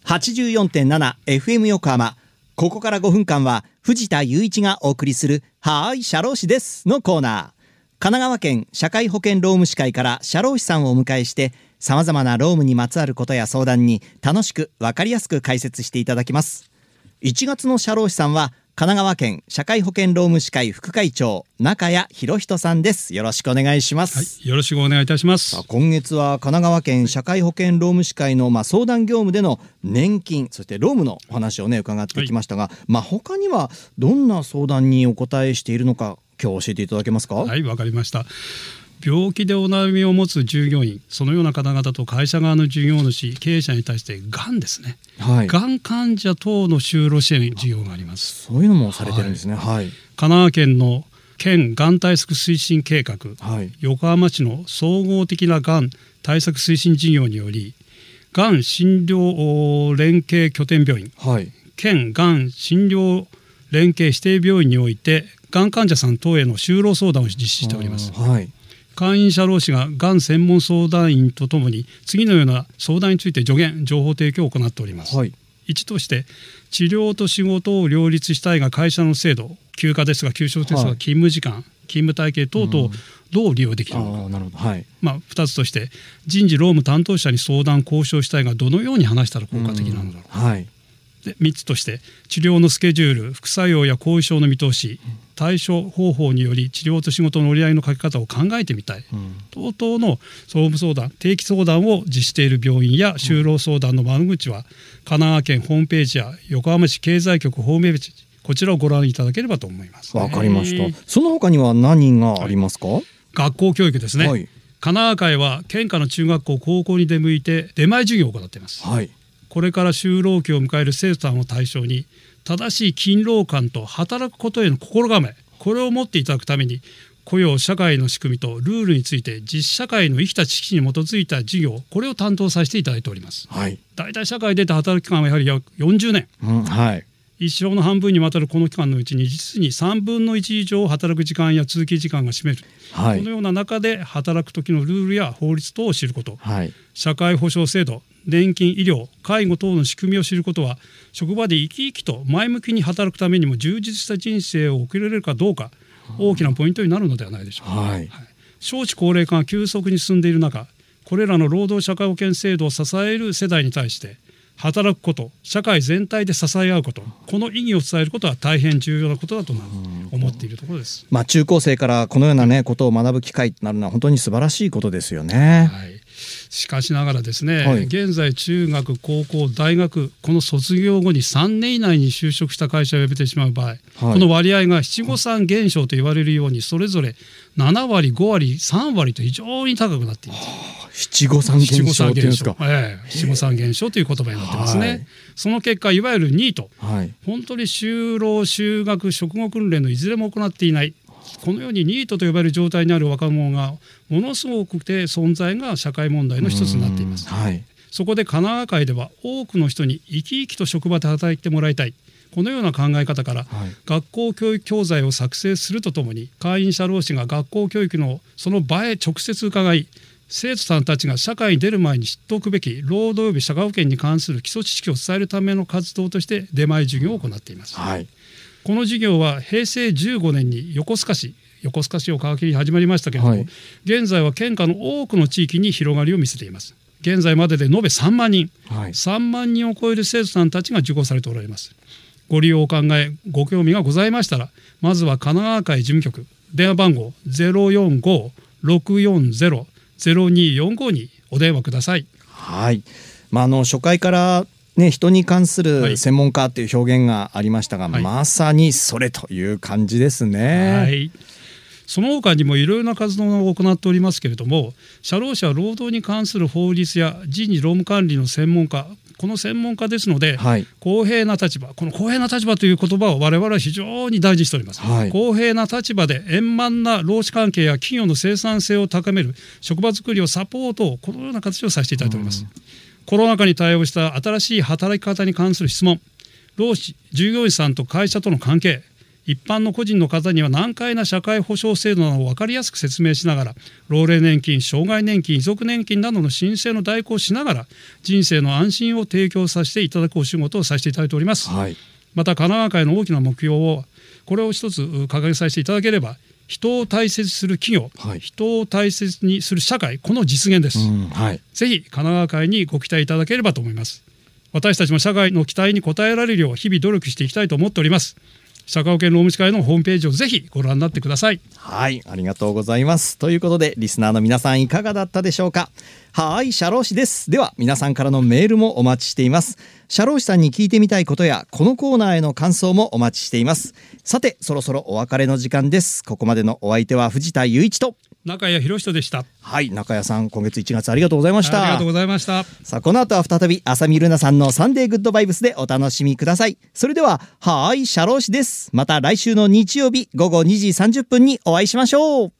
84.7FM 横浜。ここから5分間は藤田雄一がお送りするはーい社労士ですのコーナー。神奈川県社会保険労務士会から社労士さんをお迎えして様々な労務にまつわることや相談に楽しく分かりやすく解説していただきます。1月の社労士さんは神奈川県社会保険労務士会副会長中谷博人さんです。よろしくお願いします。 はい、よろしくお願いいたします。 今月は神奈川県社会保険労務士会の相談業務での年金そして労務のお話をね伺ってきましたが、他にはどんな相談にお答えしているのか今日教えていただけますか？ はい、わかりました。病気でお悩みを持つ従業員、そのような方々と会社側の事業主、経営者に対してがんですね、がん患者等の就労支援事業があります。 そういうのもされてるんですね。 神奈川県の県がん対策推進計画、横浜市の総合的ながん対策推進事業によりがん診療連携拠点病院、県がん診療連携指定病院においてがん患者さん等への就労相談を実施しております。会員社労士ががん専門相談員とともに次のような相談について助言情報提供を行っております。1として治療と仕事を両立したいが会社の制度、休暇ですが休職ですが勤務時間、勤務体系等々どう利用できるのか。2つとして人事労務担当者に相談交渉したいがどのように話したら効果的なのだろうか。で3つとして治療のスケジュール、副作用や後遺症の見通し、対処方法により治療と仕事の折り合いの書き方を考えてみたい、等々の総務相談、定期相談を実施している病院や就労相談の窓口は神奈川県ホームページや横浜市経済局ホームページ、こちらをご覧いただければと思います。 わかりました。その他には何がありますか？ 学校教育ですね。神奈川会は県下の中学校高校に出向いて出前授業を行っています。これから就労期を迎える生徒さんを対象に正しい勤労感と働くことへの心構え、これを持っていただくために雇用社会の仕組みとルールについて実社会の生きた知識に基づいた授業、これを担当させていただいております。大体社会で働く期間はやはり約40年、一生の半分にわたるこの期間のうちに実に3分の1以上働く時間や通勤時間が占める、このような中で働く時のルールや法律等を知ること、社会保障制度、年金、医療、介護等の仕組みを知ることは職場で生き生きと前向きに働くためにも充実した人生を送れるかどうか大きなポイントになるのではないでしょうか。少子高齢化が急速に進んでいる中、これらの労働社会保険制度を支える世代に対して働くこと、社会全体で支え合うこと、この意義を伝えることは大変重要なことだと思っているところです。 中高生からこのような、ことを学ぶ機会となるのは本当に素晴らしいことですよね。 しかしながらですね、現在中学、高校、大学、この卒業後に3年以内に就職した会社を辞めてしまう場合、この割合が七五三減少と言われるようにそれぞれ7割、5割、3割と非常に高くなっています。 七五三減少というんですか？ 七五三減少という言葉になってますね。その結果いわゆるニート、本当に就労、就学、職後訓練のいずれも行っていない、このようにニートと呼ばれる状態にある若者がものすごくて存在が社会問題の一つになっています。そこで神奈川会では多くの人に生き生きと職場で働いてもらいたい、このような考え方から、学校教育教材を作成するとともに会員社労士が学校教育のその場へ直接伺い、生徒さんたちが社会に出る前に知っておくべき労働及び社会保険に関する基礎知識を伝えるための活動として出前授業を行っています。この授業は平成15年に横須賀市を皮切りに始まりましたけれども、現在は県下の多くの地域に広がりを見せています。現在までで延べ3万人、3万人を超える生徒さんたちが受講されておられます。ご利用お考え、ご興味がございましたら、まずは神奈川会事務局電話番号 045-640-0245 にお電話ください。 初回から人に関する専門家という表現がありましたが、まさにそれという感じですね。 その他にもいろいろな活動を行っておりますけれども、社労士は労働に関する法律や人事労務管理の専門家、この専門家ですので、公平な立場、この公平な立場という言葉を我々は非常に大事にしております。公平な立場で円満な労使関係や企業の生産性を高める職場づくりをサポートを、このような形をさせていただいております。コロナ禍に対応した新しい働き方に関する質問、労使、従業員さんと会社との関係、 一般の個人の方には難解な社会保障制度などを分かりやすく説明しながら、老齢年金、障害年金、遺族年金などの申請の代行をしながら、人生の安心を提供させていただくお仕事をさせていただいております。 はい、 また神奈川会の大きな目標をこれを一つ掲げさせていただければ、人を大切にする企業、はい、人を大切にする社会、この実現です。はい、ぜひ神奈川会にご期待いただければと思います。私たちも社会の期待に応えられるよう日々努力していきたいと思っております。社会保険労務士会のホームページをぜひご覧になってください。 はい、ありがとうございます。ということでリスナーの皆さんいかがだったでしょうか。はい、社労士です。では皆さんからのメールもお待ちしています。社労士さんに聞いてみたいことやこのコーナーへの感想もお待ちしています。さてそろそろお別れの時間です。ここまでのお相手は藤田雄一と中谷博人でした。 はい、中谷さん今月1月ありがとうございました。 ありがとうございました。 さあこの後は再び浅見ルナさんのサンデーグッドバイブスでお楽しみください。それでははい、社労士です。また来週の日曜日午後2時30分にお会いしましょう。